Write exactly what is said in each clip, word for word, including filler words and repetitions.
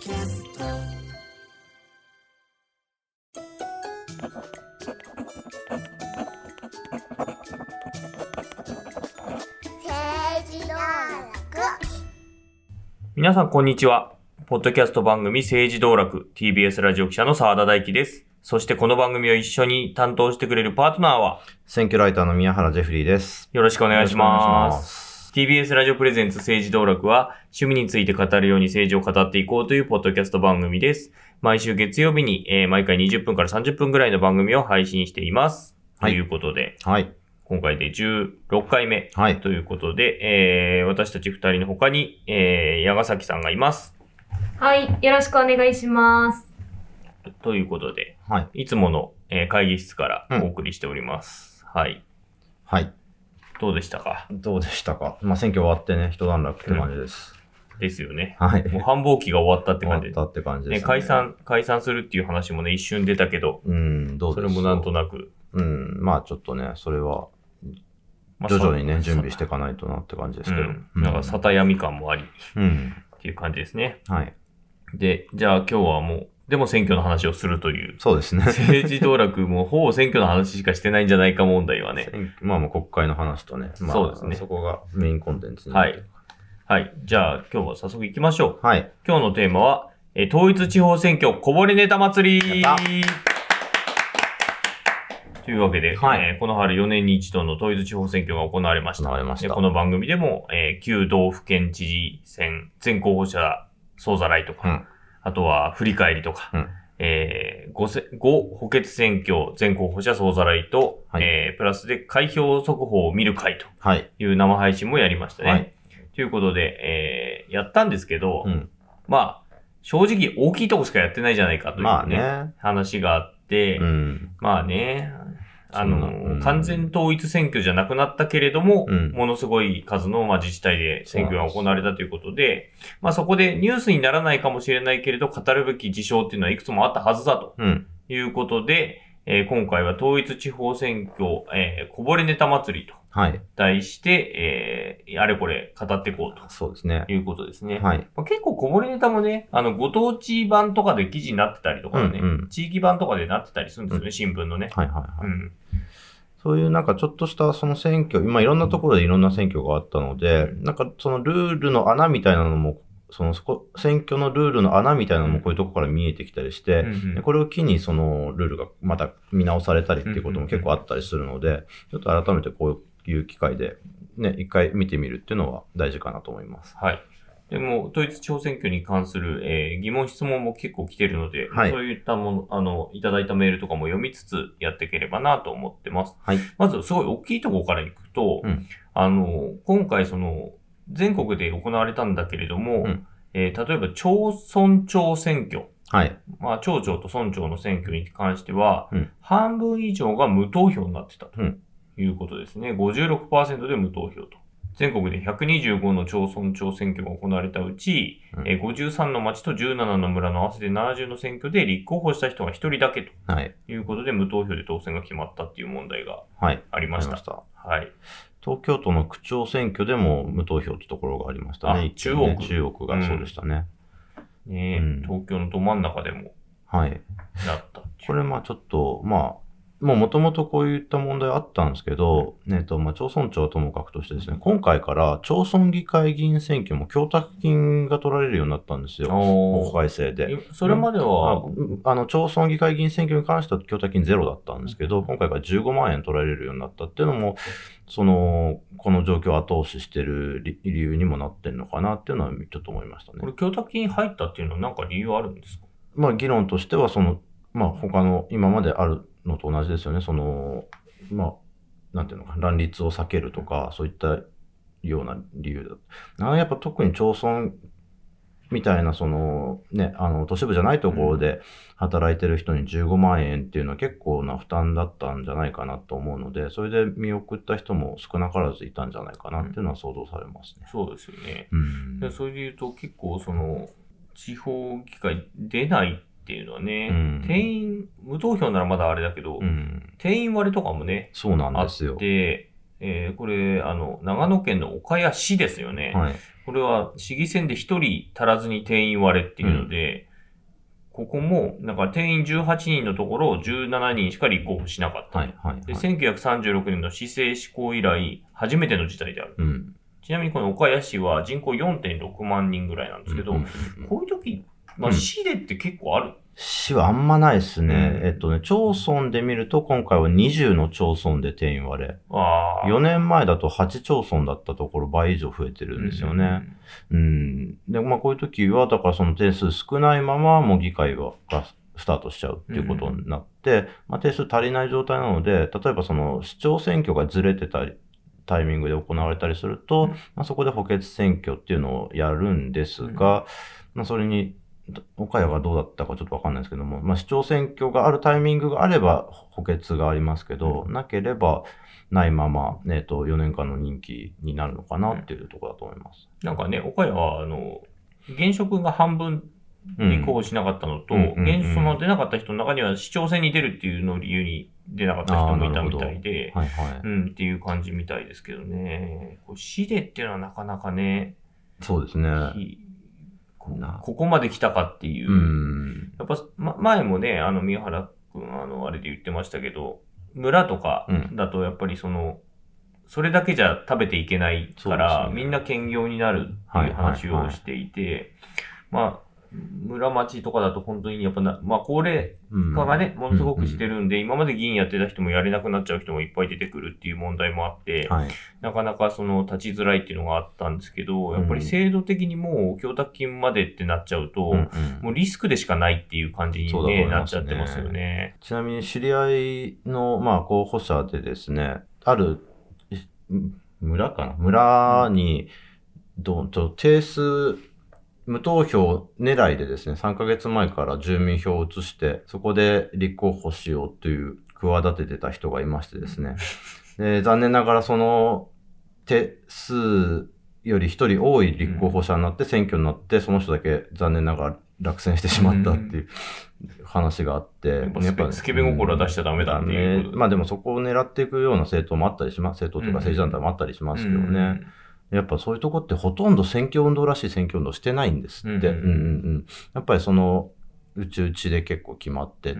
キャスト政治道楽。 皆さんこんにちは。ポッドキャスト番組政治道楽 ティービーエス ラジオ記者の澤田大樹です。そしてこの番組を一緒に担当してくれるパートナーは選挙ライターの宮原ジェフリーです。 よろしくお願いします。 よろしくお願いします。 ティービーエス ラジオプレゼンツ政治道楽は趣味について語るように政治を語っていこうというポッドキャスト番組です。毎週月曜日に、えー、毎回にじゅっぷんからさんじゅっぷんぐらいの番組を配信しています。はい、ということで、 はい、 今回でじゅうろっかいめということで、 はいえー、私たちふたりの他に、えー、矢ヶ崎さんがいます。 はい、よろしくお願いします。 と, ということで、 はい、 いつもの、えー、会議室からお送りしております。うん、はい。 はい。 どうでしたか？ どうでしたか？まあ、選挙終わってね、一段落って感じです。 うん、ですよね。 はい。 もう繁忙期が終わったって感じで。 終わったって感じですね。 ね、解散、解散するっていう話もね、一瞬出たけど、 うん、どうですか？ それもなんとなく。 うん、まあちょっとね、それは、徐々にね、準備していかないとなって感じですけど。うん、 なんか、里闇感もあり、 うん、 っていう感じですね。 はい。 で、じゃあ今日はもう、でも選挙の話をするという。 そうですね。 政治道楽もほぼ選挙の話しかしてないんじゃないか問題はね。 まあもう国会の話とね。まあ、 そうですね。 そこがメインコンテンツになってる。はい。はい。じゃあ今日は早速行きましょう。 はい。 今日のテーマは、え統一地方選挙こぼれネタ祭りというわけで、はい、えー、この春よねんに一度の統一地方選挙が行われました。 行われました。 でこの番組でも、えー、旧道府県知事選、全候補者総ざらいとか、うん、あとは振り返りとか、うん、えー、5, 5補欠選挙全候補者総ざらいと、はい、えー、プラスで開票速報を見る会という生配信もやりましたね。はい、ということで、えー、やったんですけど、うん、まあ、正直大きいとこしかやってないじゃないかという、ね、まあね、話があって、うん、まあね、あの、うん、完全統一選挙じゃなくなったけれども、うん、ものすごい数の、まあ、自治体で選挙が行われたということで、まあそこでニュースにならないかもしれないけれど、語るべき事象っていうのはいくつもあったはずだということで、うん、えー、今回は統一地方選挙、えー、こぼれネタ祭りと題して、はい、えー、あれこれ語っていこうと。 そうですね。 いうことですね。 はい。 まあ、結構こぼれネタもね、あの、ご当地版とかで記事になってたりとかね、うんうん、地域版とかでなってたりするんですよね、うん、新聞のね。 はいはいはい。うん、そういうなんかちょっとしたその選挙、今いろんなところでいろんな選挙があったので、うん、なんかそのルールの穴みたいなのも、そのそこ、選挙のルールの穴みたいなのもこういうところから見えてきたりして、うんうん、これを機にそのルールがまた見直されたりっていうことも結構あったりするので、ちょっと改めてこういう機会でね、一回見てみるっていうのは大事かなと思います。 はい。でも、統一地方選挙に関する、えー、疑問質問も結構来てるので、はい、そういったもの、あの、いただいたメールとかも読みつつやっていければなと思ってます。 はい。 まず、すごい大きいところから行くと、うん、あの、今回その、全国で行われたんだけれども、うん、えー、例えば、町村長選挙。 はい。 まあ、町長と村長の選挙に関しては、うん、半分以上が無投票になってたということですね。ごじゅうろくパーセント で無投票と。全国でひゃくにじゅうごの町村長選挙が行われたうち、うん、えー、ごじゅうさんの町とじゅうななの村の合わせてななじゅうの選挙で立候補した人がひとりだけということで、はい、無投票で当選が決まったっていう問題がありました。はい、ありました。はい。 東京都の区長選挙でも無投票ってところがありましたね。 中央区。 中央区がそうでしたね。 うん、ね、うん、東京のど真ん中でも。 はい。 なったっていう。 これまあちょっと、まあ、もう元々こういった問題あったんですけど、えっと、まあ、町村長はともかくとしてですね、今回から町村議会議員選挙も供託金が取られるようになったんですよ。法改正で。 それまでは、 あの、町村議会議員選挙に関しては供託金ゼロだったんですけど、今回からじゅうごまんえん取られるようになったっていうのも、その、この状況を後押ししてる理由にもなってるのかなっていうのはちょっと思いましたね。 これ供託金入ったっていうのは何か理由あるんですか？ まあ、議論としては、その、まあ、他の今まであるのと同じですよね。その、まあ、なんていうのか、乱立を避けるとか、そういったような理由だ。やっぱ特に町村みたいな、その、ね、あの、都市部じゃないところで働いてる人にじゅうごまんえんっていうのは結構な負担だったんじゃないかなと思うので、それで見送った人も少なからずいたんじゃないかなっていうのは想像されますね。 そうですよね。 うん、 でそれで言うと結構その、地方議会出ないっていうのはね、うん、定員、無投票ならまだあれだけど、うん、定員割れとかもね、 そうなんですよ。 あって、 えー、これ、あの、長野県の岡谷市ですよね。 はい。 これは市議選でひとり足らずに定員割れっていうので、うん、ここも、なんか定員じゅうはちにんのところじゅうななにんしか立候補しなかった。 はいはいはい、 で、せんきゅうひゃくさんじゅうろくねんの市政施行以来、初めての事態である。 うん、 ちなみにこの岡谷市は人口 よんてんろくまんにんぐらいなんですけど、うんうんうん、こういう時、まあ、市でって結構ある、うん、 市はあんまないですね、 うん。 えっとね、町村で見ると今回はにじゅうの町村で定員割れ。 あよねんまえだとはち町村だったところ倍以上増えてるんですよね。うん、うん。で、まあこういう時は、だからその定数少ないままもう議会はがスタートしちゃうっていうことになって、うん、まあ定数足りない状態なので、例えばその市長選挙がずれてたり、タイミングで行われたりすると、うん、まあ、そこで補欠選挙っていうのをやるんですが、うん、まあそれに、岡谷がどうだったかちょっとわかんないですけども、まあ、市長選挙があるタイミングがあれば補欠がありますけど、うん、なければないまま、えっと、よねんかんの任期になるのかなっていうところだと思います。 なんかね、岡谷は、あの、現職が半分立候補しなかったのと、うん、現その出なかった人の中には市長選に出るっていうのを理由に出なかった人もいたみたいで、 はいはい、 うん、っていう感じみたいですけどね。これ市でっていうのはなかなかね、 そうですね。 こ, ここまで来たかっていう。 うん、 やっぱ、ま、前もね、あの、宮原くん、あの、あれで言ってましたけど、村とかだとやっぱりその、うん、それだけじゃ食べていけないから、ね、みんな兼業になるっていう話をしていて、はいはいはい、まあ、村町とかだと本当にやっぱな、まあ高齢化がね、うん、ものすごくしてるんで、うんうん、今まで議員やってた人もやれなくなっちゃう人もいっぱい出てくるっていう問題もあって、はい、なかなかその立ちづらいっていうのがあったんですけど、やっぱり制度的にもう供託金までってなっちゃうと、うんうん、もうリスクでしかないっていう感じに、ね、なっちゃってますよね。 ちなみに知り合いの、まあ、候補者でですね、ある村かな村に、どうちょ定数、無投票狙いでですね、さんかげつまえから住民票を移して、そこで立候補しようという企ててた人がいましてですね。で、残念ながらその手数より一人多い立候補者になって選挙になって、その人だけ残念ながら落選してしまったっていう話があって、 やっぱやっぱスケベ心は出しちゃダメだっていう、 うん。まあでもそこを狙っていくような政党もあったりします。政党というか政治団体もあったりしますけどね。うんうんやっぱそういうとこってほとんど選挙運動らしい選挙運動してないんですって。うんうんうん、やっぱりそのうちうちで結構決まってって、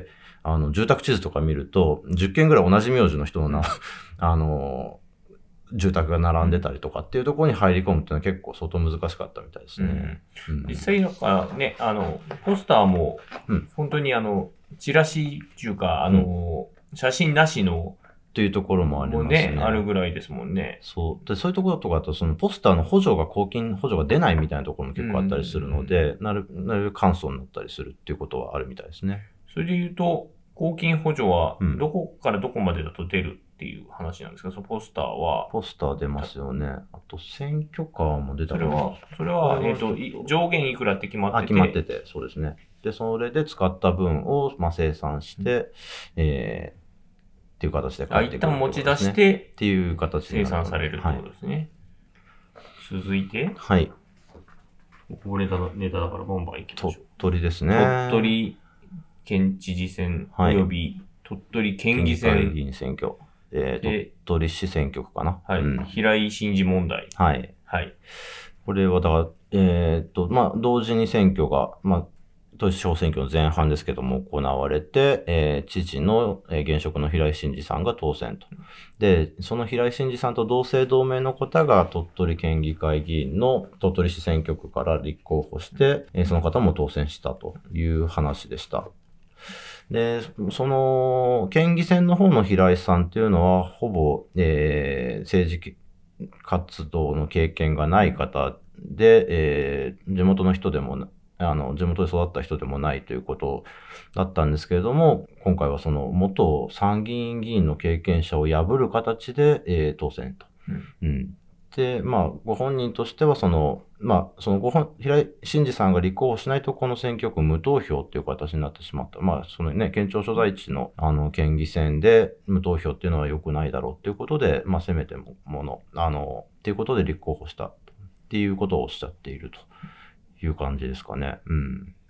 うん、あの住宅地図とか見るとじゅっけんぐらい同じ名字の人のな、うん、あの住宅が並んでたりとかっていうところに入り込むっていうのは結構相当難しかったみたいですね。 うんうん、実際なんかね、あのポスターも本当にあのチラシっていうかあの、うん、写真なしのっていうところもありますね。 もうね、あるぐらいですもんね。 そう。で、そういうところとかだと、そのポスターの補助が、公金補助が出ないみたいなところも結構あったりするので、なる、なるべく簡素になったりするっていうことはあるみたいですね。 それで言うと、公金補助は、どこからどこまでだと出るっていう話なんですか、うん、そのポスターは。 ポスター出ますよね。あと、選挙カーも出たりそれは、それは、えっと、上限いくらって決まってて。 あ、決まってて、そうですね。で、それで使った分を、まあ、生産して、うん、えー、っていう形で返ってくる、ね、一旦持ち出して、 っていう形で生産されるってことですね。はい、続いて、 はい。 これネタネタだからバンバンいきましょう。 鳥取ですね。 鳥取県知事選および鳥取県議選。 県議会議員選挙。えー、鳥取市選挙区かな。 はい。うん、平井真司問題。 はい。 はい。 これはだから、えー、っと、まあ、同時に選挙が、まあ、統一地方選挙の前半ですけども行われて、えー、知事の、えー、現職の平井真司さんが当選と。で、その平井真司さんと同姓同名の方が鳥取県議会議員の鳥取市選挙区から立候補して、えー、その方も当選したという話でした。で、その県議選の方の平井さんっていうのはほぼ、えー、政治活動の経験がない方で、えー、地元の人でもあの地元で育った人でもないということだったんですけれども、今回はその元参議院議員の経験者を破る形で、えー、当選と。うんうん、で、まあ、ご本人としてはその、まあ、そのご本平井真司さんが立候補しないとこの選挙区無投票っていう形になってしまった。まあ、そのね、県庁所在地のあの県議選で無投票っていうのは良くないだろうっていうことで、まあ、せめてもの、あの、っていうことで立候補したっていうことをおっしゃっていると。いう感じですかね。うん。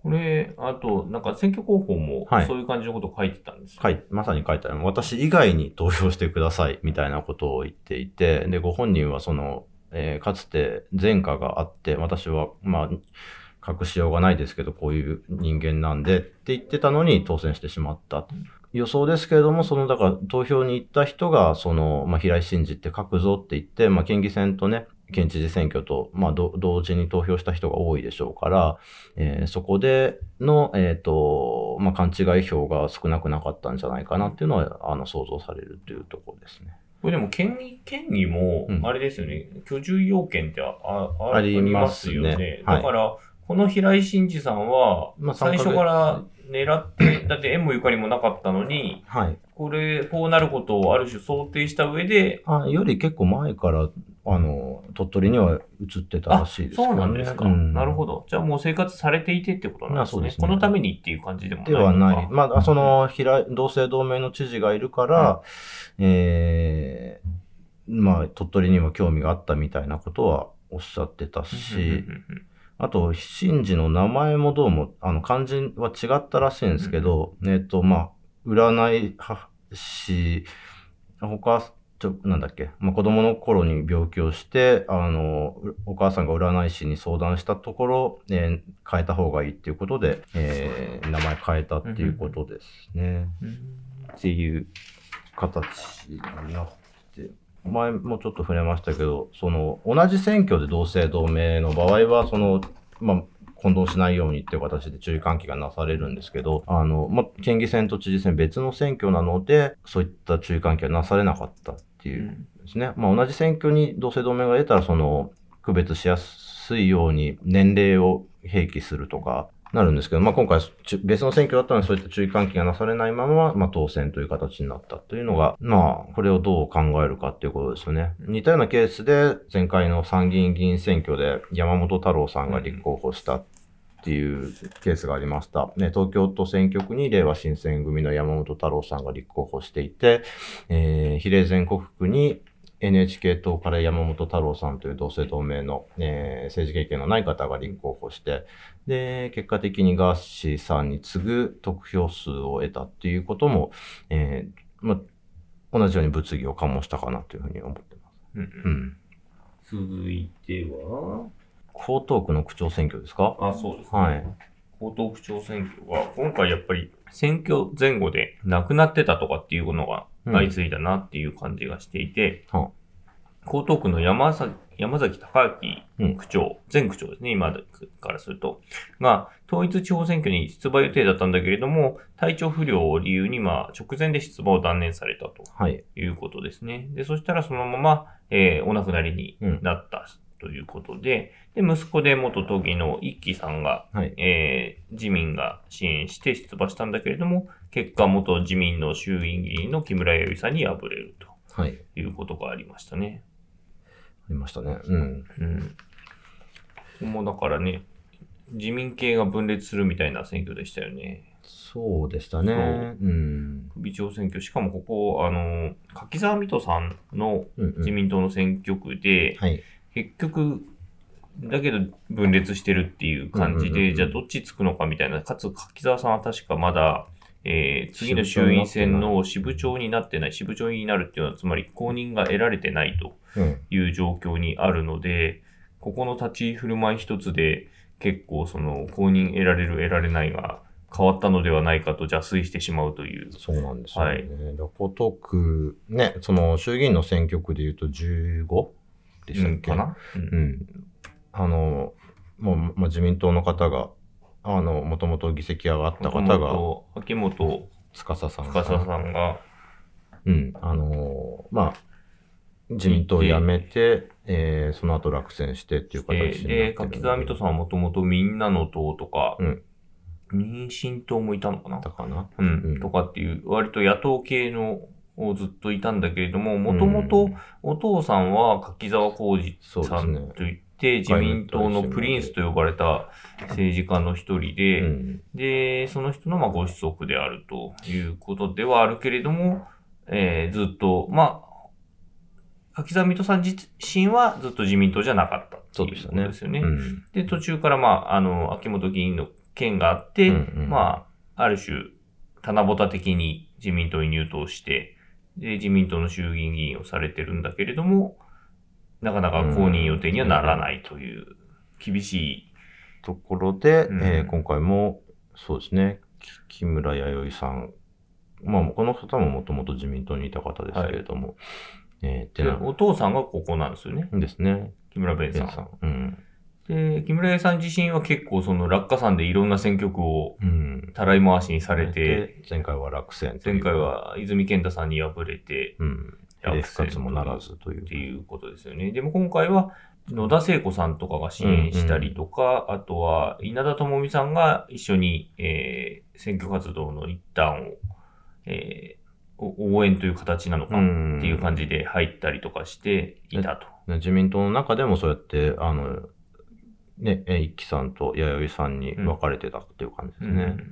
これ、あと、なんか選挙広報もはいそういう感じのことを書いてたんですよ。 書いまさに書いてある。私以外に投票してくださいみたいなことを言っていて、で、ご本人はその、えーかつて前科があって、私は、まあ、隠しようがないですけど、こういう人間なんでって言ってたのに当選してしまったと。予想ですけれども、その、だから投票に行った人が、その、まあ、平井真二って書くぞって言って、まあ、県議選とね、県知事選挙と、まあ、ど同時に投票した人が多いでしょうから、えーそこでの、えっ、と、まあ、勘違い票が少なくなかったんじゃないかなっていうのは、あの、想像されるというところですね。 これでも県議、県議もう、んあれですよね、居住要件ってああありますねありますよね。 はいだから、この平井真二さんはまあ、さん最かげつ初から狙って、だって縁もゆかりもなかったのに、 はい。 これ、こうなることをある種想定した上で、 あ、より結構前から、あの、鳥取には移ってたらあ、 しいですけどね。 そうなんですか。 うんなるほど。じゃあもう生活されていてってことなんですね。 あそうですねこのためにっていう感じでもないでのか。 はない。まあ、その、平井、同姓同名の知事がいるから、えー、まあ、鳥取にも興味があったみたいなことはおっしゃってたし、 うんうんうんあと、真二の名前もどうも、あの、漢字は違ったらしいんですけど、えっと、まあ、占い師、他、ちょ、なんだっけ、まあ、子供の頃に病気をして、あの、お母さんが占い師に相談したところ、えー変えた方がいいっていうことで、えー名前変えたっていうことですね。 うんっていう形になって、前もちょっと触れましたけど、その、同じ選挙で同姓同名の場合は、その、まあ、混同しないようにっていう形で注意喚起がなされるんですけど、あの、まあ、県議選と知事選別の選挙なので、そういった注意喚起はなされなかったっていうですね。まあ、同じ選挙に同姓同名が出たら、その、区別しやすいように年齢を併記するとか、なるんですけど、まあ、今回ちゅ別の選挙だったのでそういった注意喚起がなされないまま、まあ、当選という形になったというのが、まあ、これをどう考えるかっていうことですよね。似たようなケースで、前回の参議院議員選挙で山本太郎さんが立候補したっていうケースがありました。ね、東京都選挙区に令和新選組の山本太郎さんが立候補していて、えー、比例全国区にエヌエイチケー 党から山本太郎さんという同姓同名の、えー政治経験のない方が立候補して、で、結果的にガーシーさんに次ぐ得票数を得たっていうことも、えーまあ、同じように物議を醸したかなというふうに思ってます。 うんううんん。 続いては、 江東区の区長選挙ですか？ あ、そうですね。 はい。 江東区長選挙は、今回やっぱり選挙前後で亡くなってたとかっていうのが相次いだなっていう感じがしていて、 は江東区の山崎、山崎隆うん明区長、前区長ですね、今からすると、が、統一地方選挙に出馬予定だったんだけれども、体調不良を理由に、まあ、直前で出馬を断念されたとはい。 いうことですね。で、そしたらそのまま、えーお亡くなりにうん。 なったということで、で、息子で元都議の一木さんが、 はい。 えー自民が支援して出馬したんだけれども、結果元自民の衆院議員の木村弥生さんに敗れるとはい。 いうことがありましたね。 ありましたね。うん。 うん。もうだからね、自民系が分裂するみたいな選挙でしたよね。 そうでしたね。うん。 首長選挙。しかもここ、あの、柿沢水戸さんのうんうん自民党の選挙区で、 はい。 結局、だけど分裂してるっていう感じで、 うんうんうんうんじゃあどっちつくのかみたいな。かつ、柿沢さんは確かまだ、えー次の衆院選の支部長になってない、支部長になるっていうのは、つまり公認が得られてないとうん。 いう状況にあるので、ここの立ち振る舞い一つで結構その公認得られる得られないが変わったのではないかと邪推してしまうという。 そうなんですよね。 はいで江東区、ね、その衆議院の選挙区で言うとじゅうごでしたっけ、 うんかな、うんうん。あの、もう、まあ、自民党の方が、あの、もともと議席があった方が、 元々秋元司さん司さんが、 うん。あの、まあ、自民党を辞めて、えー、その後落選してっていう形になってるので、柿沢水戸さんはもともとみんなの党とか、 うん民進党もいたのかなだかな。 うん、 うんとかっていう、割と野党系のをずっといたんだけれども、もともとお父さんは柿沢浩二さそうですねんといって、自民党のプリンスと呼ばれた政治家の一人で、 うん。 で、その人のまあご子息であるということではあるけれども、えーずっと、まあ、柿沢水戸さん自身はずっと自民党じゃなかったっていうことですよね。 うん。 で、途中からまあ、あの、秋元議員の件があって、 うんうん、 まあ、ある種、棚ぼた的に自民党に入党して、で、自民党の衆議院議員をされてるんだけれども、なかなか公認予定にはならないという厳しいところで、 うんえー、今回もそうですね、木村弥生さん、まあ、この方ももともと自民党にいた方ですけれども、はい、えー、ってなお父さんがここなんですよね。 ですね。 木村弁さん。 さん、うん、 で、木村弥生さん自身は結構その落下山でいろんな選挙区をたらい回しにされて、 うん、前回は落選前回は泉健太さんに敗れて、 うん、復活もならずという。 っていうことですよね。でも今回は野田聖子さんとかが支援したりとか、うんうん、あとは稲田朋美さんが一緒に、えー、選挙活動の一端を、えー、応援という形なのかっていう感じで入ったりとかしていたと。 うん、自民党の中でもそうやって、あの、ね、一木さんと弥生さんに分かれてたっていう感じですね。うんうん、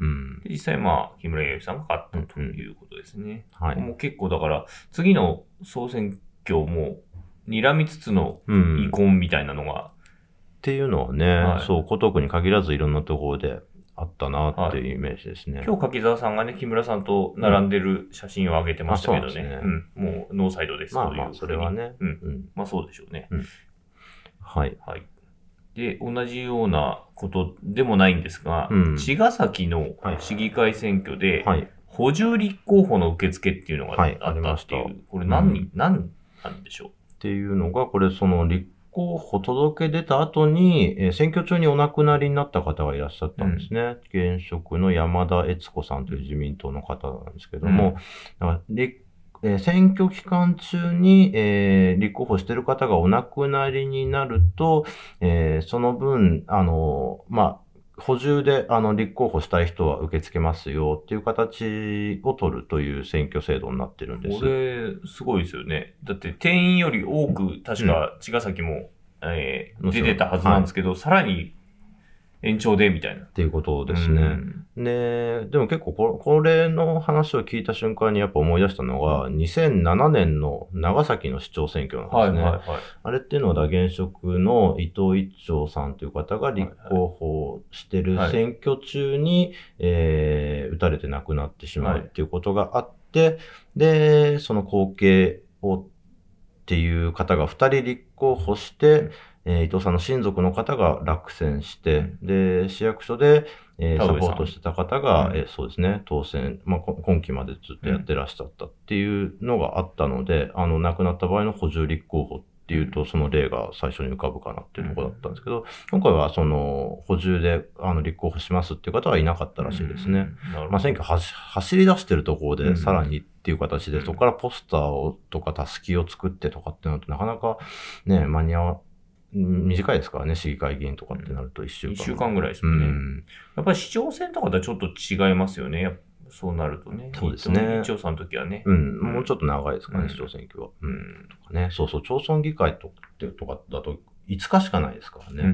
実際まあ、木村弥生さんが勝ったということですね。 うんうん、はい。 もう結構だから、次の総選挙も睨みつつの遺恨みたいなのが、うん、 っていうのはね、はい、そう、江東区に限らずいろんなところであったなっていうイメージですね。はい、 今日柿沢さんがね、木村さんと並んでる写真を上げてましたけどね。 うん、 うん、もうノーサイドですという。 まあまあ、それはね。 うん。うん、まあそうでしょうね。 うん、はい。 はい。で、同じようなことでもないんですが、 うん、 茅ヶ崎の市議会選挙で、 はい、 補充立候補の受付っていうのがあったっていう、はい、ありました。これ何、うん、何なんでしょうっていうのが、これその立候補届け出た後に、えー、選挙中にお亡くなりになった方がいらっしゃったんですね。うん、現職の山田悦子さんという自民党の方なんですけども、うん、だから立えー、選挙期間中に、えー、立候補している方がお亡くなりになると、えー、その分、あの、まあ、補充で、あの、立候補したい人は受け付けますよっていう形を取るという選挙制度になってるんです。 これ、すごいですよね。だって、定員より多く、確か、茅ヶ崎も、うん、えー、出てたはずなんですけど、はい、さらに、延長でみたいな。 っていうことですね。うん、で、でも結構こ、これの話を聞いた瞬間にやっぱ思い出したのが、にせんななねんの長崎の市長選挙なんですね。はいはいはい、あれっていうのは、現職の伊藤一長さんという方が立候補してる選挙中に、はいえー、撃たれて亡くなってしまうっていうことがあって、はい、で、その後継をっていう方がふたり立候補して、うんえー、伊藤さんの親族の方が落選して、で、市役所で、えー、サポートしてた方が、うんえー、そうですね、当選、まあ、今期までずっとやってらっしゃったっていうのがあったので、うん、あの、亡くなった場合の補充立候補っていうと、その例が最初に浮かぶかなっていうところだったんですけど、今回はその、補充で、あの、立候補しますっていう方はいなかったらしいですね。うん、まあ、選挙は走り出してるところで、さらにっていう形で、そこからポスターをとか、たすきを作ってとかってなると、なかなかね、間に合わ短いですからね、市議会議員とかってなるといっしゅうかん。 いっしゅうかんぐらいですよね、うん。やっぱり市長選とかとはちょっと違いますよね。そうなるとね。 そうですね。 市長さんの時はね。 うん。もうちょっと長いですかね、うん、市長選挙は。うん。とかね。そうそう、町村議会ととかだといつかしかないですからね。うん。うん、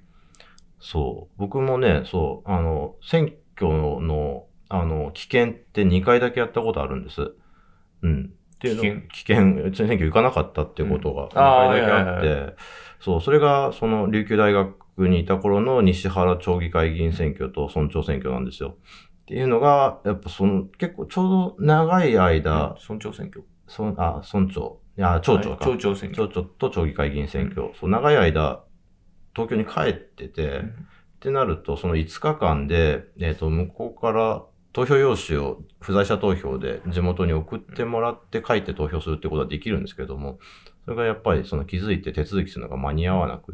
そう。僕もね、そう、あの、選挙の、あの、危険ってにかいだけやったことあるんです。うん。っていうの危険、選挙行かなかったっていうことがにかいだけあって、そう、それがその琉球大学にいた頃の西原町議会議員選挙と村長選挙なんですよ。っていうのが、やっぱその結構ちょうど長い間、 うん、村長選挙そあ、村長。いや、町長か。 町長選挙。 町長と町議会議員選挙。うん、そう長い間、東京に帰ってて、うん、ってなると、そのいつかかんで、えっと、向こうから投票用紙を不在者投票で地元に送ってもらって書いて投票するってことはできるんですけども、それがやっぱりその気づいて手続きするのが間に合わなくって、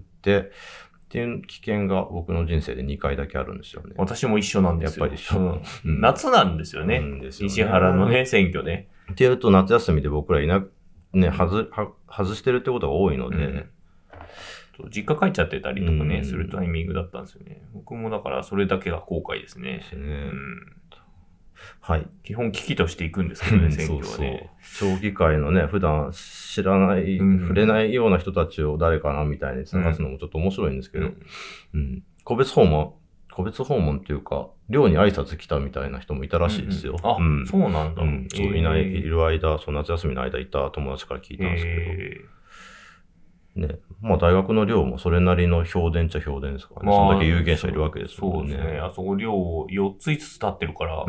っていう危険が僕の人生でにかいだけあるんですよね。 私も一緒なんですよ。 やっぱり一緒。 うん、夏なんですよね。うんですよね。西原のね、選挙ね。 っていうと夏休みで僕らいな、ね、はず、は、外してるってことが多いので、うん実家帰っちゃってたりとかね、うん、するタイミングだったんですよね。僕もだからそれだけが後悔ですね。 ですね。うん、はい。 基本危機としていくんですけどね、選挙はね。 そうそう。町議会のね、普段知らない、うん、触れないような人たちを誰かなみたいに探すのもちょっと面白いんですけど、うんうん、個別訪問、個別訪問っていうか、寮に挨拶来たみたいな人もいたらしいですよ。 うんうん、あ、うん、そうなんだ。うん、 そういない、いる間、その夏休みの間いた友達から聞いたんですけど。えーね、まあ大学の寮もそれなりの評伝っちゃ評伝ですからね。まあ、そんだけ有権者いるわけですもんね。 そうですね。あそこ寮よっついつつ立ってるから。 うん。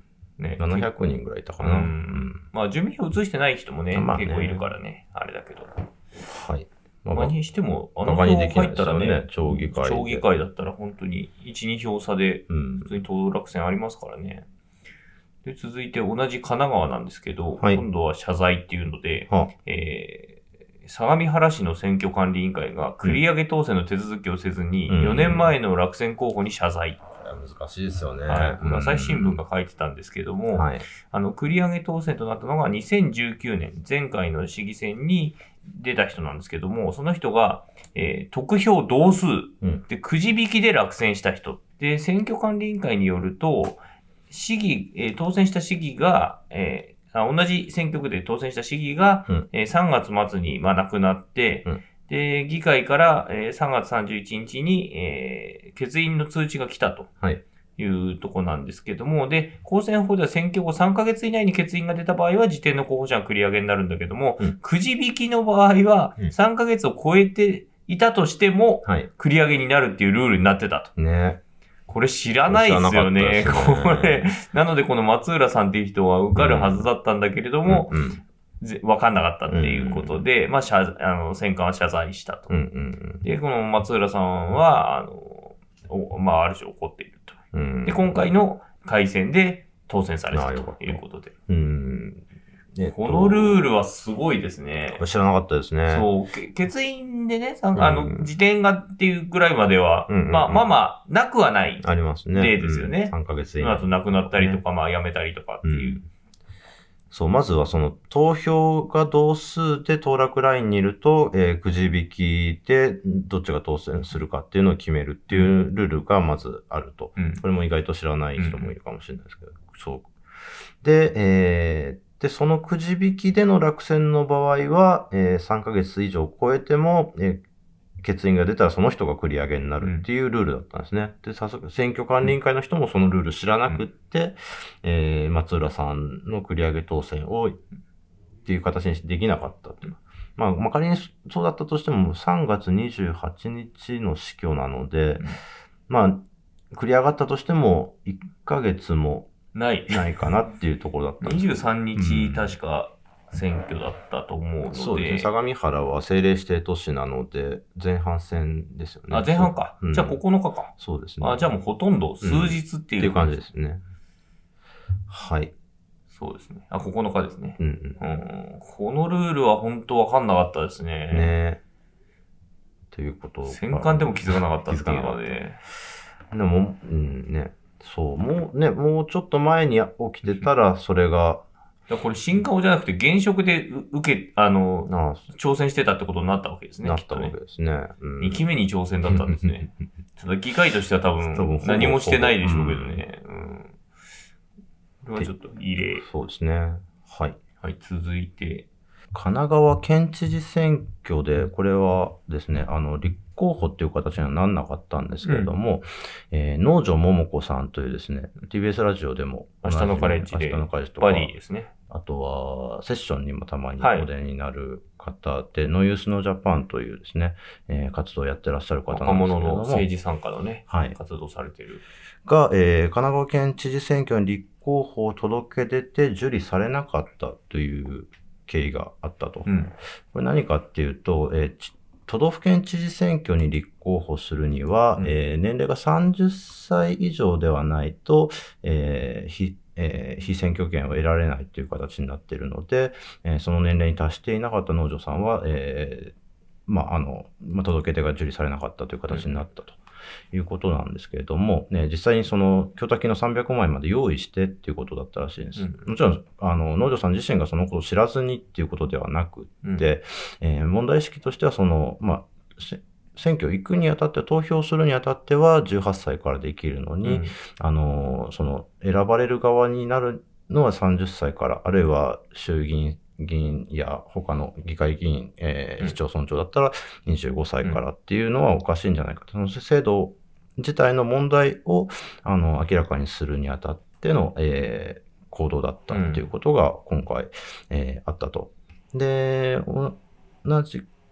ね。ななひゃくにんぐらいいたかな。うん。うん、 まあ住民票移してない人もね、まあ、ね結構いるからね。あれだけど。 はい。 まあ、まあ、にしても、あの票入ったらね、 町議会。 町議会だったら本当にいち、に票差で、普通に当落選ありますからね。うん、で、続いて同じ神奈川なんですけど、はい、今度は謝罪っていうので、はあ、えー相模原市の選挙管理委員会が繰り上げ当選の手続きをせずに、よねんまえの落選候補に謝罪。 うん、難しいですよね。 はい。朝日新聞が書いてたんですけども、はい、あの、繰り上げ当選となったのがにせんじゅうきゅうねん、前回の市議選に出た人なんですけども、その人が、えー、得票同数でくじ引きで落選した人。で、選挙管理委員会によると、市議、えー、当選した市議が、えー同じ選挙区で当選した市議が、うんえー、さんがつ末に、まあ、亡くなって、うん、で、議会から、えー、さんがつさんじゅういちにちに、えー、欠員の通知が来たというとこなんですけども、はい、で、公選法では選挙後さんかげつ以内に欠員が出た場合は、時点の候補者が繰り上げになるんだけども、うん、くじ引きの場合は、さんかげつを超えていたとしても、繰り上げになるっていうルールになってたと。 ね。 これ知らないですよね。ねこれ、なのでこの松浦さんっていう人は受かるはずだったんだけれども、うんうん、わかんなかったっていうことで、うんうん、まあ、謝、あの、選管は謝罪したと。うんうんうん、で、この松浦さんは、あの、まあ、ある種怒っていると。うん、で、今回の改選で当選されたということで。うんえっと、このルールはすごいですね。 知らなかったですね。 そう。欠員でね、あの、うん、時点がっていうぐらいまでは、うんうんうん、まあまあまあ、なくはない。 ありますね。 例ですよね。 うん、さんかげつ以内。あと亡くなったりとか、ね、まあ辞めたりとかっていう。うん、 そう、まずはその、投票が同数で当落ラインにいると、えー、くじ引きでどっちが当選するかっていうのを決めるっていうルールがまずあると。うん、これも意外と知らない人もいるかもしれないですけど。うん、そう。で、えー、で、そのくじ引きでの落選の場合は、えー、さんかげつ以上超えても、えー、欠員が出たらその人が繰り上げになるっていうルールだったんですね。で、早速、選挙管理委員会の人もそのルール知らなくって、うん、えー、松浦さんの繰り上げ当選をっていう形にできなかったっていう。まあ、まあ、仮にそうだったとしても、さんがつにじゅうはちにちの死去なので、うん、まあ、繰り上がったとしても、いっかげつも、 ない。 ないかなっていうところだったんです。 にじゅうさんにち確か選挙だったと思うので。 そうですね。相模原は政令指定都市なので、前半戦ですよね。 あ、前半か。うん、じゃあここのかか。 そうですね。 あ、じゃあもうほとんど数日っていう、 うん、っていう感じですね。はい。 そうですね。あ、ここのかですね。うんうん。うん、このルールは本当わかんなかったですね。 ねということ。 戦艦でも気づかなかったっていうので。 でも、うんね。そう、もうね、もうちょっと前に起きてたら、それが。 これ、新顔じゃなくて、現職で受け、あの、ああ挑戦してたってことになったわけですね。 なったわけですね。 うん、にきめに挑戦だったんですね。ただ、議会としては多分、何もしてないでしょうけどね。うん。これはちょっと異例。 そうですね。はい。 はい、続いて。 神奈川県知事選挙で、これはですね、あの、立候補っていう形にはなんなかったんですけれども、うん、えー、農女桃子さんというですね、ティービーエス ラジオでも、 明日のカレッジで、 明日のカレッジとか、 バディですね。 あとは、セッションにもたまにお出になる方で、はい、ノーユースノージャパンというですね、えー、活動をやってらっしゃる方なんですけれども。 若者の政治参加のね、はい、活動されている。 が、えー、神奈川県知事選挙に立候補を届け出て受理されなかったという経緯があったと。うん、これ何かっていうと、えー、都道府県知事選挙に立候補するには、うんえー、年齢がさんじゅっさい以上ではないと、えー非えー、被選挙権を得られないという形になっているので、えー、その年齢に達していなかった農女さんは、えーまあ、あの、まあ、届け出が受理されなかったという形になったと。いうことなんですけれども、ね、実際にその、供託金のさんびゃくまんえんまで用意してっていうことだったらしいんです。うん、もちろん、あの、農女さん自身がそのことを知らずにっていうことではなくって、うんえー、問題意識としてはその、まあ、選挙行くにあたって、投票するにあたってはじゅうはっさいからできるのに、うん、あの、その、選ばれる側になるのはさんじゅっさいから、あるいは衆議院、議員や他の議会議員、えー、市町村長だったらにじゅうごさいからっていうのはおかしいんじゃないかと。その制度自体の問題をあの明らかにするにあたっての、えー、行動だったっていうことが今回、うんえー、あったと。で、同じ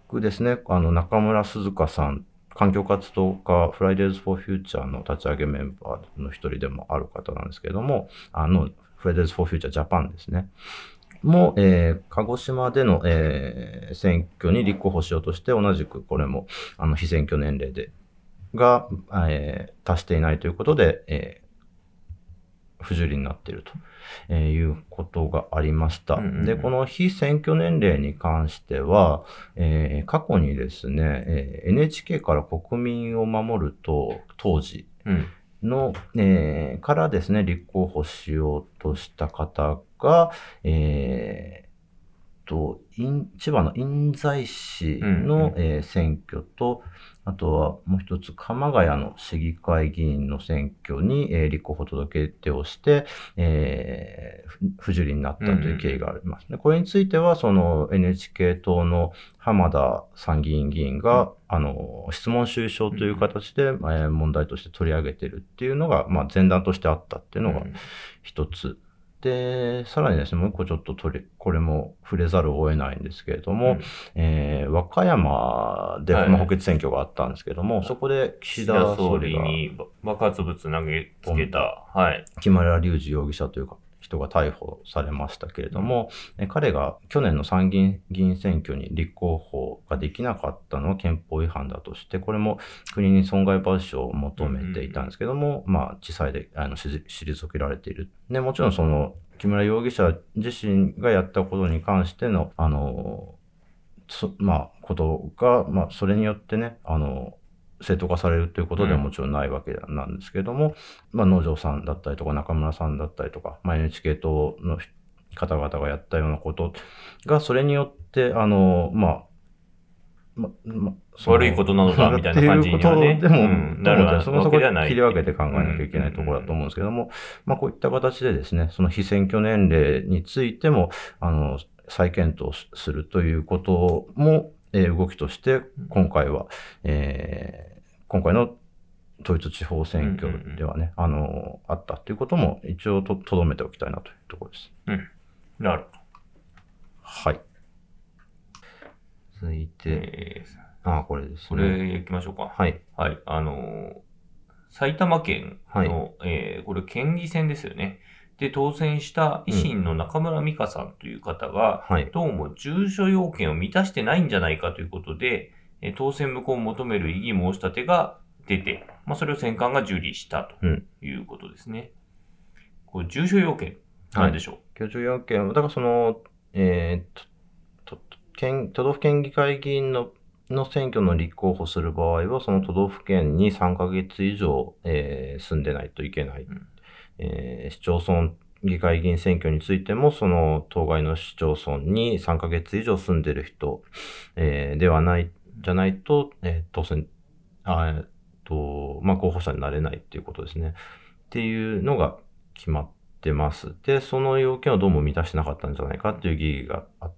くですね、あの中村鈴香さん、環境活動家、フライデーズ・フォー・フューチャーの立ち上げメンバーの一人でもある方なんですけれども、あの、フライデーズ・フォー・フューチャー・ジャパンですね。も、えー、鹿児島での、えー、選挙に立候補しようとして、同じくこれも、あの、被選挙年齢で、が、えー、達していないということで、えー、不受理になっていると。えー、いうことがありました。うんうん、で、この非選挙年齢に関しては、えー、過去にですね、えー、エヌエイチケー から国民を守ると、当時の、うんえー、からですね、立候補しようとした方が、えー、と千葉の印西市の、うんうんえー、選挙と、あとはもう一つ、鎌ヶ谷の市議会議員の選挙に、えー、立候補届け出をして、えー、不受理になったという経緯があります。うんうん、でこれについては、その エヌエイチケー 党の浜田参議院議員が、うん、あの、質問主意書という形で、うんうんえー、問題として取り上げているっていうのが、まあ、前段としてあったっていうのが一つ。で、さらにですね、もう一個ちょっと取り、これも触れざるを得ないんですけれども、うんえー、和歌山で、まあ、補欠選挙があったんですけれども、はい、そこで岸田総理がに爆発物投げつけた、はい、 木村隆二容疑者というか、人が逮捕されましたけれども、うん、彼が去年の参議院議員選挙に立候補ができなかったのは憲法違反だとして、これも国に損害賠償を求めていたんですけども、うん、まあ、地裁であの退けられている。で、もちろんその、木村容疑者自身がやったことに関しての、あの、まあ、ことが、まあ、それによってね、あの、正当化されるということではもちろんないわけなんですけれども、うん、まあ、農場さんだったりとか中村さんだったりとか、まあ、エヌエイチケー 党の方々がやったようなことが、それによって、あの、まあ、まま、 悪いことなのかみたいな感じにはね。 でも、うん、なるそこそこ切り分けて考えなきゃいけないところだと思うんですけども、うんうんうん、まあこういった形でですね、その非選挙年齢についても、あの、再検討するということも、えー、動きとして、今回は、えー、今回の統一地方選挙ではね、うんうんうん、あの、あったということも一応と、とどめておきたいなというところです。 うん。なるほど。 はい。続いて、えー、ああ、これですね。 これ行きましょうか。 はい。 はい。あのー、埼玉県の、はい、えー、これ県議選ですよね。で、当選した維新の中村美香さんという方が、うんはい、どうも住所要件を満たしてないんじゃないかということで、えー、当選無効を求める異議申し立てが出て、まあ、それを選管が受理したということですね。うん、これ住所要件、なんでしょう、はい、 居住要件は、だからその、えー、と、と、県、都道府県議会議員のの選挙の立候補する場合は、その都道府県にさんかげつ以上、えー、住んでないといけない。うんえー、市町村議会議員選挙についても、その当該の市町村にさんかげつ以上住んでる人、えー、ではない、じゃないと、えー、当選、あえっと、まあ、候補者になれないっていうことですね。っていうのが決まってます。で、その要件をどうも満たしてなかったんじゃないかっていう疑義があって、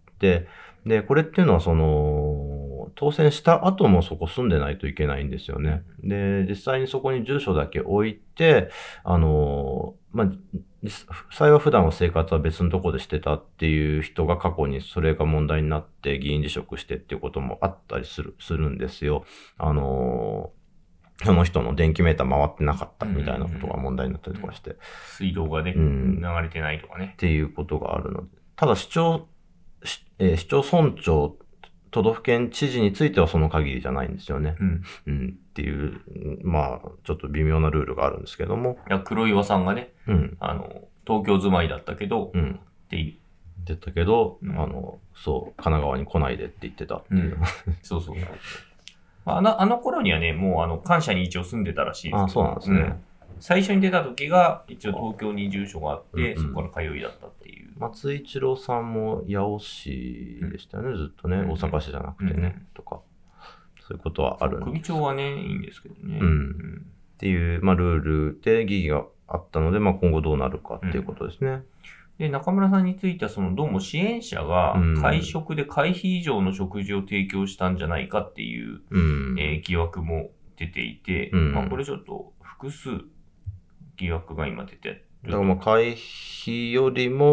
で、これっていうのはその、当選した後もそこ住んでないといけないんですよね。で、実際にそこに住所だけ置いて、あの、まあ、実際は普段は生活は別のところでしてたっていう人が過去にそれが問題になって議員辞職してっていうこともあったりする、するんですよ。あの、その人の電気メーター回ってなかったみたいなことが問題になったりとかして。うんうんうん、 水道がね、うん、流れてないとかね。 っていうことがあるので。ただ市長、えー、市町村長、都道府県知事についてはその限りじゃないんですよね。うん。うん。っていう、まあ、ちょっと微妙なルールがあるんですけども。 いや、黒岩さんがね、うん。あの、東京住まいだったけど、うん。っていう。 言ってたけど、うん、あの、そう、神奈川に来ないでって言ってたっていう。うん、 そうそう。あの、あの頃にはね、もうあの、関西に一応住んでたらしいですけど。 あ、そうなんですね。うん、 最初に出た時が、一応東京に住所があって、うんうん、そこから通いだったっていう。 松井一郎さんも八尾市でしたよね、うん、ずっとね、大阪市じゃなくてね、うん、とか。そういうことはあるんです。 首長はね、いいんですけどね。 うん。うん、っていう、まあ、ルールで疑義があったので、まあ、今後どうなるかっていうことですね。うん、 で、中村さんについては、その、どうも支援者が会食で会費以上の食事を提供したんじゃないかっていう、うんえー、疑惑も出ていて、うん、まあ、これちょっと複数疑惑が今出てる。 だからまあ会費よりも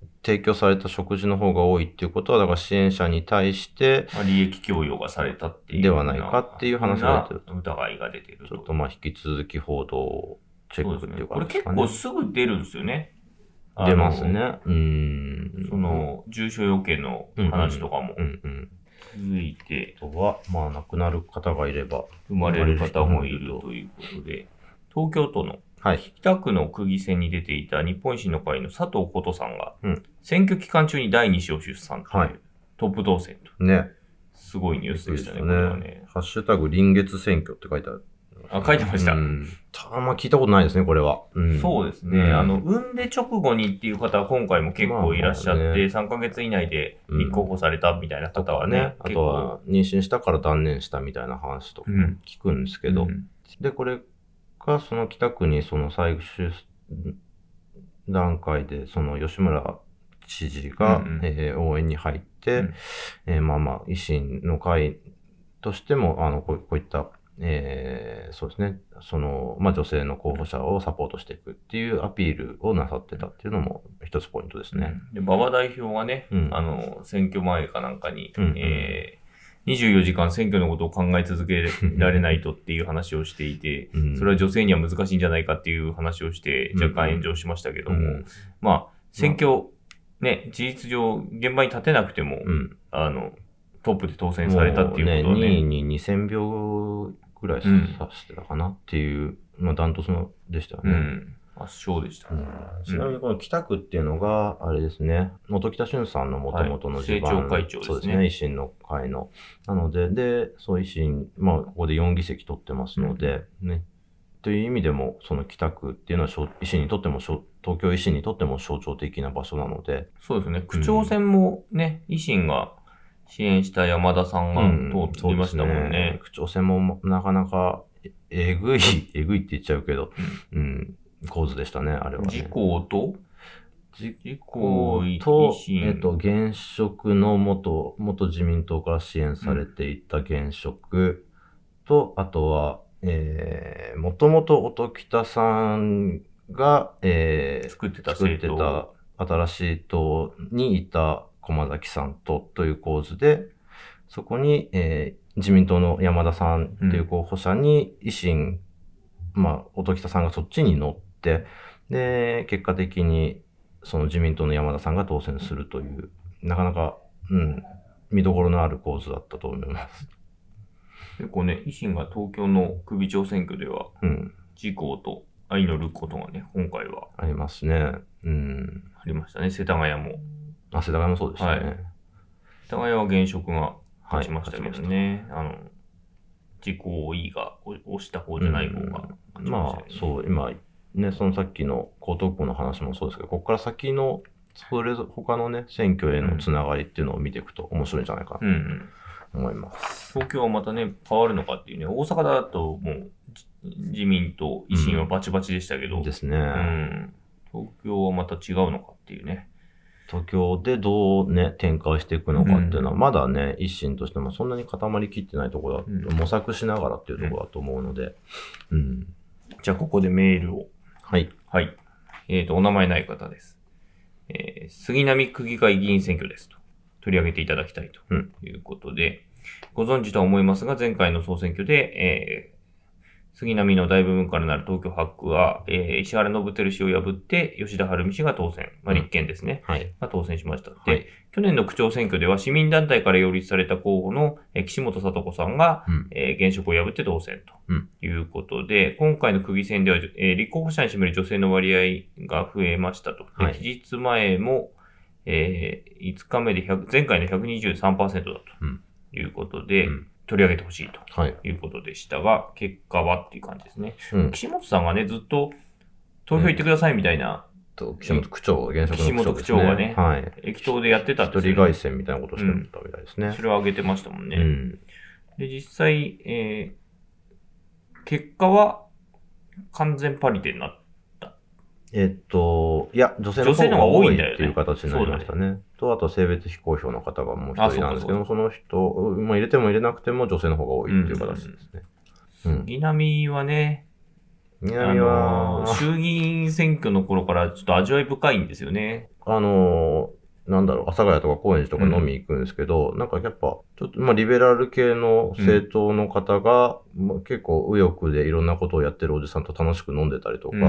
提供された食事の方が多いっていうことは、だから支援者に対して、 まあ、利益供与がされたっていう。 ではないかっていう話が出てる。 疑いが出てると。 ちょっとまあ引き続き報道をチェックっていうか、 ね、これ結構すぐ出るんですよね。 出ますね。うん。 その、重症要件の話とかも。 うんうん。 続いて。 あとは、まあ亡くなる方がいれば。 生まれる方もいるということで。東京都の北区の区議選に出ていた日本維新の会の佐藤琴さんが、うん、選挙期間中にだいに子を出産という、はい、トップ当選と。 ね。 すごいニュースでしたね、これはね。 ハッシュタグ臨月選挙って書いてある。 あ、書いてました。うん。 あんま聞いたことないですね、これは。 うん、そうですね、うん。あの、産んで直後にっていう方は今回も結構いらっしゃって、まあね、さんかげつ以内で立候補されたみたいな方はね。うん、 あとは、妊娠したから断念したみたいな話とか聞くんですけど。うん、で、これが、その北区にその最終段階で、その吉村知事が、うんうんえー、応援に入って、うんえー、まあまあ、維新の会としても、あの、こう、こういった、えー、そうですね、その、まあ女性の候補者をサポートしていくっていうアピールをなさってたっていうのも一つポイントですね。 で、馬場代表がね、うん、あの、選挙前かなんかに、うんうんえーにじゅうよじかん選挙のことを考え続けられないとっていう話をしていて、それは女性には難しいんじゃないかっていう話をして若干炎上しましたけども、うんうん、まあ、選挙、ね、事実上現場に立てなくても、うん、あの、トップで当選されたっていうことはね。 ねにいににせんびょうぐらい差してたかなっていう、うん、まあダントツのでしたよね。 うん圧勝でしたね、 うん。ちなみにこの北区っていうのが、あれですね、本北俊さんの元々の地盤、 はい、政調会長ですね。 そうですね、維新の会の。なので、で、そう維新、まあ、ここでよんぎせき取ってますので、うん、ね。という意味でも、その北区っていうのは、維新にとっても、東京維新にとっても象徴的な場所なので。 そうですね、区長選もね、うん、維新が支援した山田さんが通っていましたもんね。うん、ね区長選もなかなか、えぐい、えぐいって言っちゃうけど、うん、うん構図でしたね、あれは、ね。 自公と自公と、えっと、現職の元、元自民党から支援されていた現職と、うん、あとは、えー、もともと音喜多さんが、えー、 作ってた作ってた新しい党にいた駒崎さんとという構図で、そこに、えー、自民党の山田さんという候補者に維新、うん、まあ、音喜多さんがそっちに乗って、で、結果的に、その自民党の山田さんが当選するという、なかなか、うん、見どころのある構図だったと思います。 結構ね、維新が東京の首長選挙では、うん、自公と相乗ることがね、今回は。 ありますね。うん。 ありましたね、世田谷も。 あ、世田谷もそうでしたね。はい、 世田谷は現職が勝ちましたけどね、はい、あの、自公 E が押した方じゃない方が勝ちましたね、 うん。まあ、そう、今、ね、そのさっきの江東区の話もそうですけど、ここから先の、それぞれ他のね、選挙へのつながりっていうのを見ていくと面白いんじゃないかなと思います。 うんうん、東京はまたね、変わるのかっていうね、大阪だともう、自民と維新はバチバチでしたけど、 うん、ですね、 うん。東京はまた違うのかっていうね。 東京でどうね、展開していくのかっていうのは、まだね、維新としてもそんなに固まりきってないところだ、うん、模索しながらっていうところだと思うので、うん。うん、 じゃあ、ここでメールを。 はい。 はい。えっと、お名前ない方です。えー、杉並区議会議員選挙ですと。取り上げていただきたいということで、うん、ご存知とは思いますが、前回の総選挙で、えー、杉並の大部分からなる東京はち区は、えー、石原伸晃氏を破って、吉田晴美氏が当選。まあ、立憲ですね。 うん、はい。 が当選しました。で、 はい、 去年の区長選挙では市民団体から擁立された候補の、えー、岸本聡子さんが、うんえー、現職を破って当選ということで、うん、今回の区議選では、えー、立候補者に占める女性の割合が増えましたと。はい、期日前も、えー、いつかめでひゃく前回の ひゃくにじゅうさんパーセント だということで、うん取り上げてほしいということでしたが、はい、結果はっていう感じですね。うん、岸本さんがね、ずっと投票行ってくださいみたいな。 うん、岸本区長、現職の区長、ね、 岸本区長がね、はい、駅頭でやってたんですよ、ね。 一人凱旋みたいなことしてたみたいですね。 うん、それを挙げてましたもんね。うん、で、実際、えー、結果は完全パリテになった。 えっと、いや、女性の方が多いっていう形になりましたね。と、あと性別非公表の方がもう一人なんですけども、その人、まあ、入れても入れなくても女性の方が多いっていう形ですね。 杉並はね、 杉並は、 衆議院選挙の頃からちょっと味わい深いんですよね。 あのー、なんだろう、阿佐ヶ谷とか高円寺とか飲み行くんですけど、うん、なんかやっぱ、ちょっと、まあ、リベラル系の政党の方が、うん、結構右翼でいろんなことをやってるおじさんと楽しく飲んでたりとか、うん、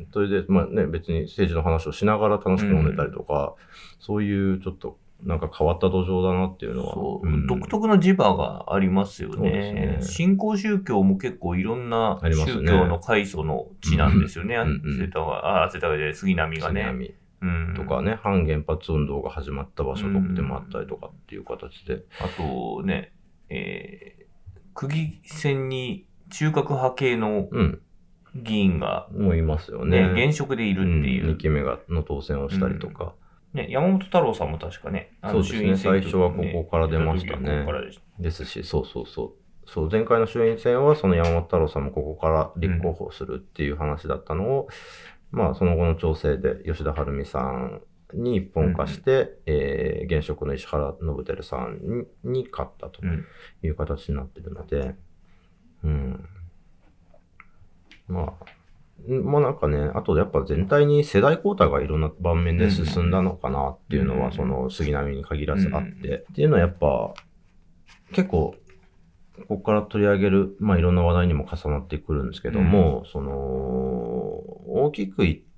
それで、まあね、別に政治の話をしながら楽しく飲んでたりとか、うん、そういうちょっと、なんか変わった土壌だなっていうのは。 そう、うん、独特の磁場がありますよね。新興宗教も結構いろんな宗教の開祖の地なんですよね。世田谷、あ、世田谷で杉並がね。杉並うん、とかね、反原発運動が始まった場所でもあったりとかっていう形で。 あとね、えー、区議選に中核派系の議員が、 うん、もういますよね。 ね、現職でいるっていう。 うん、にきめがの当選をしたりとか。 うん、ね、山本太郎さんも確かね、 あのそうですね、最初はここから出ましたね。ですし、そうそうそう。そう前回の衆院選はその山本太郎さんもここから立候補するっていう話だったのを、うん、まあその後の調整で吉田晴美さんに一本化して、うんえー、現職の石原伸晃さん に, に勝ったという形になっているので、うん、まあ、まあなんかね、あとやっぱ全体に世代交代がいろんな場面で進んだのかなっていうのは、うん、その杉並に限らずあって、うん、っていうのはやっぱ結構ここから取り上げる、まあいろんな話題にも重なってくるんですけども、うん、その、大きく言って、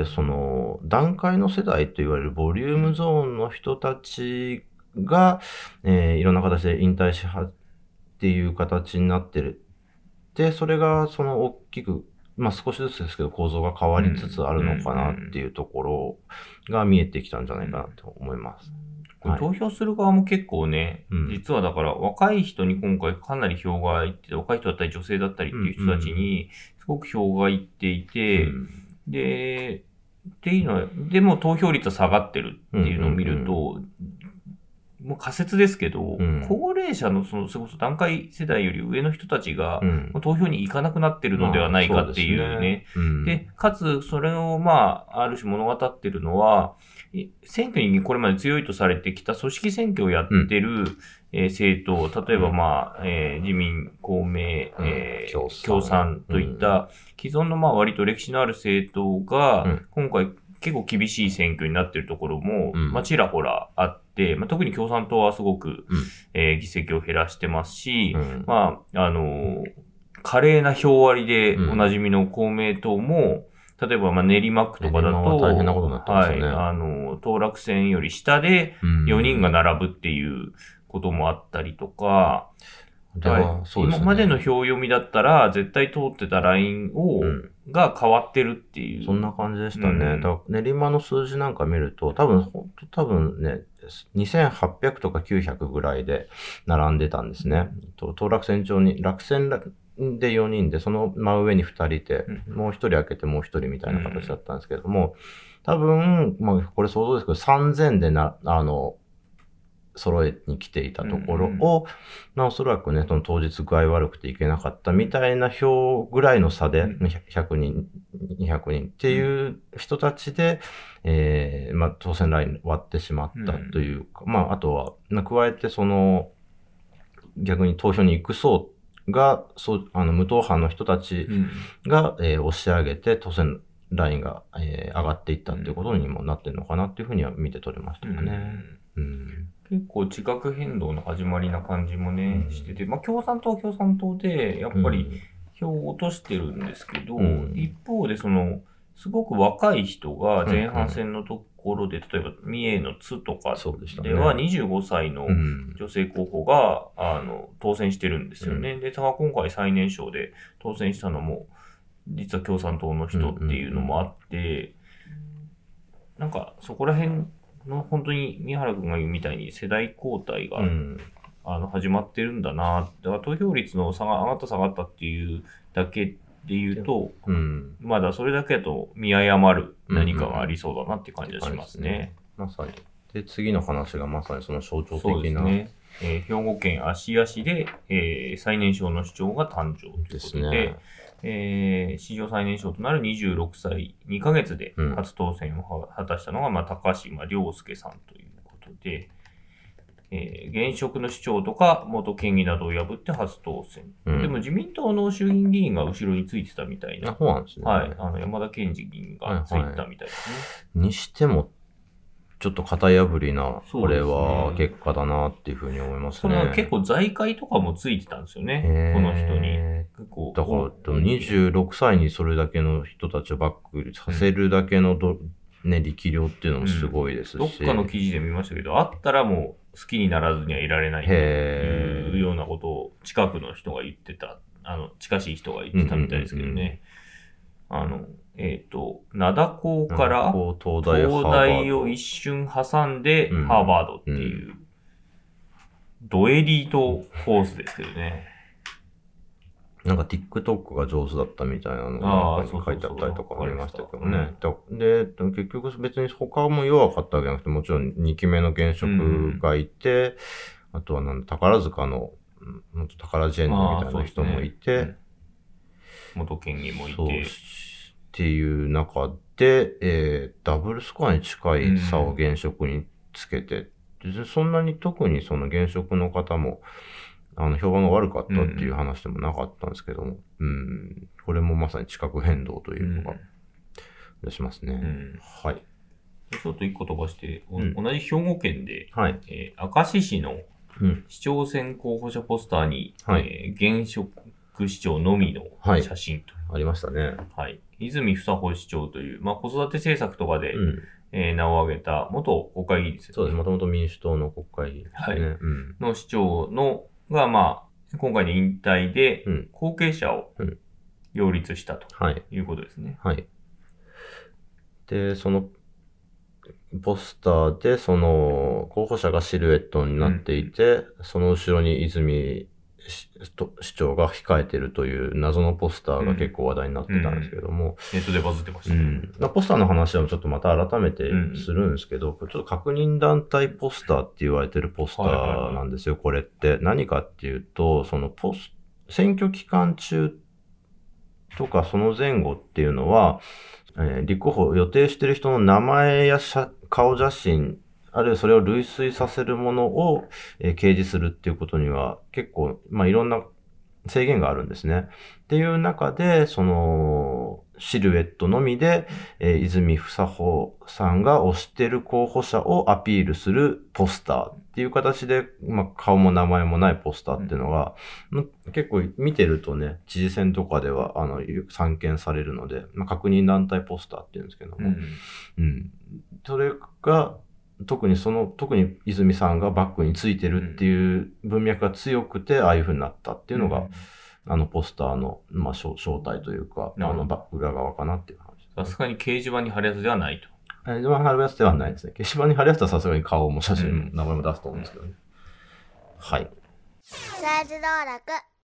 その、段階の世代と言われるボリュームゾーンの人たちが、えー、いろんな形で引退しはっていう形になってる。で、それがその大きく、まあ少しずつですけど構造が変わりつつあるのかなっていうところが見えてきたんじゃないかなと思います。 はい、投票する側も結構ね、うん、実はだから若い人に今回かなり票がいってて、若い人だったり女性だったりっていう人たちにすごく票がいっていて、うん、で、っていうのは、でも投票率は下がってるっていうのを見ると、うんうんうん、もう仮説ですけど、うん、高齢者のその、それこそ段階世代より上の人たちが、うん、投票に行かなくなってるのではないかっていうね。まあ、そうですね。うん、で、かつ、それをまあ、ある種物語ってるのは、選挙にこれまで強いとされてきた組織選挙をやってる、うんえー、政党、例えばまあ、えー、自民、公明、えー、共産、共産といった既存のまあ割と歴史のある政党が、今回結構厳しい選挙になっているところも、うん、まあちらほらあって、まあ、特に共産党はすごく、うんえー、議席を減らしてますし、うん、まあ、あのー、華麗な票割りでおなじみの公明党も、例えば、まあ、練馬区とかだと、 大変なことになってますよね。 はい、あの、当落選より下でよにんが並ぶっていうこともあったりとか、 うんはい、そうですね、 今までの票読みだったら、絶対通ってたラインを、うん、が変わってるっていう。 そんな感じでしたね。うん、だ練馬の数字なんか見ると、多分、本当多分ね、にせんはっぴゃくとかきゅうひゃくぐらいで並んでたんですね。当落選上に、落選でよにんで、その真上にふたりで、うん、もうひとり開けてもうひとりみたいな形だったんですけれども、うん、多分、まあ、これ想像ですけど、さんぜんでな、あの、揃えに来ていたところを、うんうんまあ、おそらくね、その当日具合悪くていけなかったみたいな票ぐらいの差で、うん、ひゃくにん、にひゃくにんっていう人たちで、えー、まあ、当選ライン割ってしまったというか、うん、まあ、あとは、まあ、加えてその、逆に投票に行く層が、そう、あの、無党派の人たちが、うん、えー、押し上げて、当選ラインが、えー、上がっていったっていうことにもなってるのかなっていうふうには見て取れましたよね。うんうん結構地殻変動の始まりな感じもね、うん、してて、まあ共産党は共産党で、やっぱり票を落としてるんですけど、うん、一方でその、すごく若い人が前半戦のところで、うんうん、例えば三重の津とかではにじゅうごさいの女性候補が、あの、当選してるんですよね。うん、で、今回最年少で当選したのも、実は共産党の人っていうのもあって、なんかそこら辺、の本当に宮原君が言うみたいに世代交代が、うん、あの始まってるんだな。だから投票率の差が上がった下がったっていうだけで言うと、うん、まだそれだけだと見誤る何かがありそうだなっていう感じがしますね。 うんうん、まさに。で、次の話がまさにその象徴的な。 そうですね。えー、兵庫県芦屋市で、えー、最年少の市長が誕生ということで、ですね。えー、史上最年少となるにじゅうろくさいにかげつで初当選を果たしたのが、うん、まあ、高島良介さんということで、 えー現職の市長とか元県議などを破って初当選。 うんでも自民党の衆議院議員が後ろについてたみたいあな。 そうなんですね。 はい。あの、山田賢治議員がついてたみたいですね。 にしても、ちょっと型破りな、これそうですねは結果だなっていうふうに思いますこね。 れは結構財界とかもついてたんですよね。 へーこの人に。結構。 だから、 おでもにじゅうろくさいにそれだけの人たちをバックさせるだけのど、ね、力量っていうのもすごいですし。 どっかの記事で見ましたけど、あったらもう好きにならずにはいられないとへーいうようなことを近くの人が言ってた、あの、近しい人が言ってたみたいですけどね。あの、えっ、と、灘高からこう東東大、ハーバード大を一瞬挟んでうんハーバードっていう、ドエリートコースですけどね。 なんか TikTok が上手だったみたいなのあーが書いてあったりとかありましたけどね。 わだで、結局別に他も弱かったわけじゃなくて、もちろんにきめの現職がいて、あとはなんだ宝塚の、うん宝ジェンヌみたいな人もいて、 あーそうですね元県議もいそうて。 っていう中で、えーダブルスコアに近い差を現職につけて、でそんなに特にその現職の方も、あの、評判が悪かったっていう話でもなかったんですけども、うん、これもまさに地殻変動というのが出しますね。 うんはい。 ちょっと一個飛ばして、おうん同じ兵庫県で、 はい。 えー明石市のうん。 市長選候補者ポスターに、 はいえー現職市長のみのはい写真と。 ありましたね。 はい。泉房穂市長という、まあ、子育て政策とかで、 うん。 えー名を挙げた元国会議員ですよね。 そうです。もともと民主党の国会議員ですね。 はいうん。 の市長の、が、まあ、今回の引退でうん、 後継者をうん擁立したとはい。 いうことですね。 はい。で、その、ポスターで、その、候補者がシルエットになっていて、その後ろに泉市と市長が控えてるという謎のポスターが結構話題になってたんですけども、 ネットでバズってましうたね。 んまあポスターの話はちょっとまた改めてするんですけど、ちょっと確認団体ポスターって言われてるポスターなんですよ、これって。何かっていうと、そのポス、選挙期間中とかその前後っていうのは、えー立候補を予定している人の名前や写顔写真、あるいはそれを類推させるものを、えー掲示するっていうことには結構、まあ、いろんな制限があるんですね。っていう中で、その、シルエットのみで、えー泉房穂さんが推してる候補者をアピールするポスターっていう形で、まあ、顔も名前もないポスターっていうのが、うん結構見てるとね、知事選とかでは、あの、散見されるので、まあ、確認団体ポスターっていうんですけども、 うん。 うん。それが、特にその、特に泉さんがバックについてるっていう文脈が強くて、ああいう風になったっていうのが、 うんあのポスターの、まあ、正正体というか、あなるほどの、バ裏側かなっていう話です。 さすがに掲示板に貼るやつではないと。 えー、一番貼るやつではないですね。掲示板に貼るやつはさすがに顔も写真もうん名前も出すと思うんですけどね。はい。 チャージ登録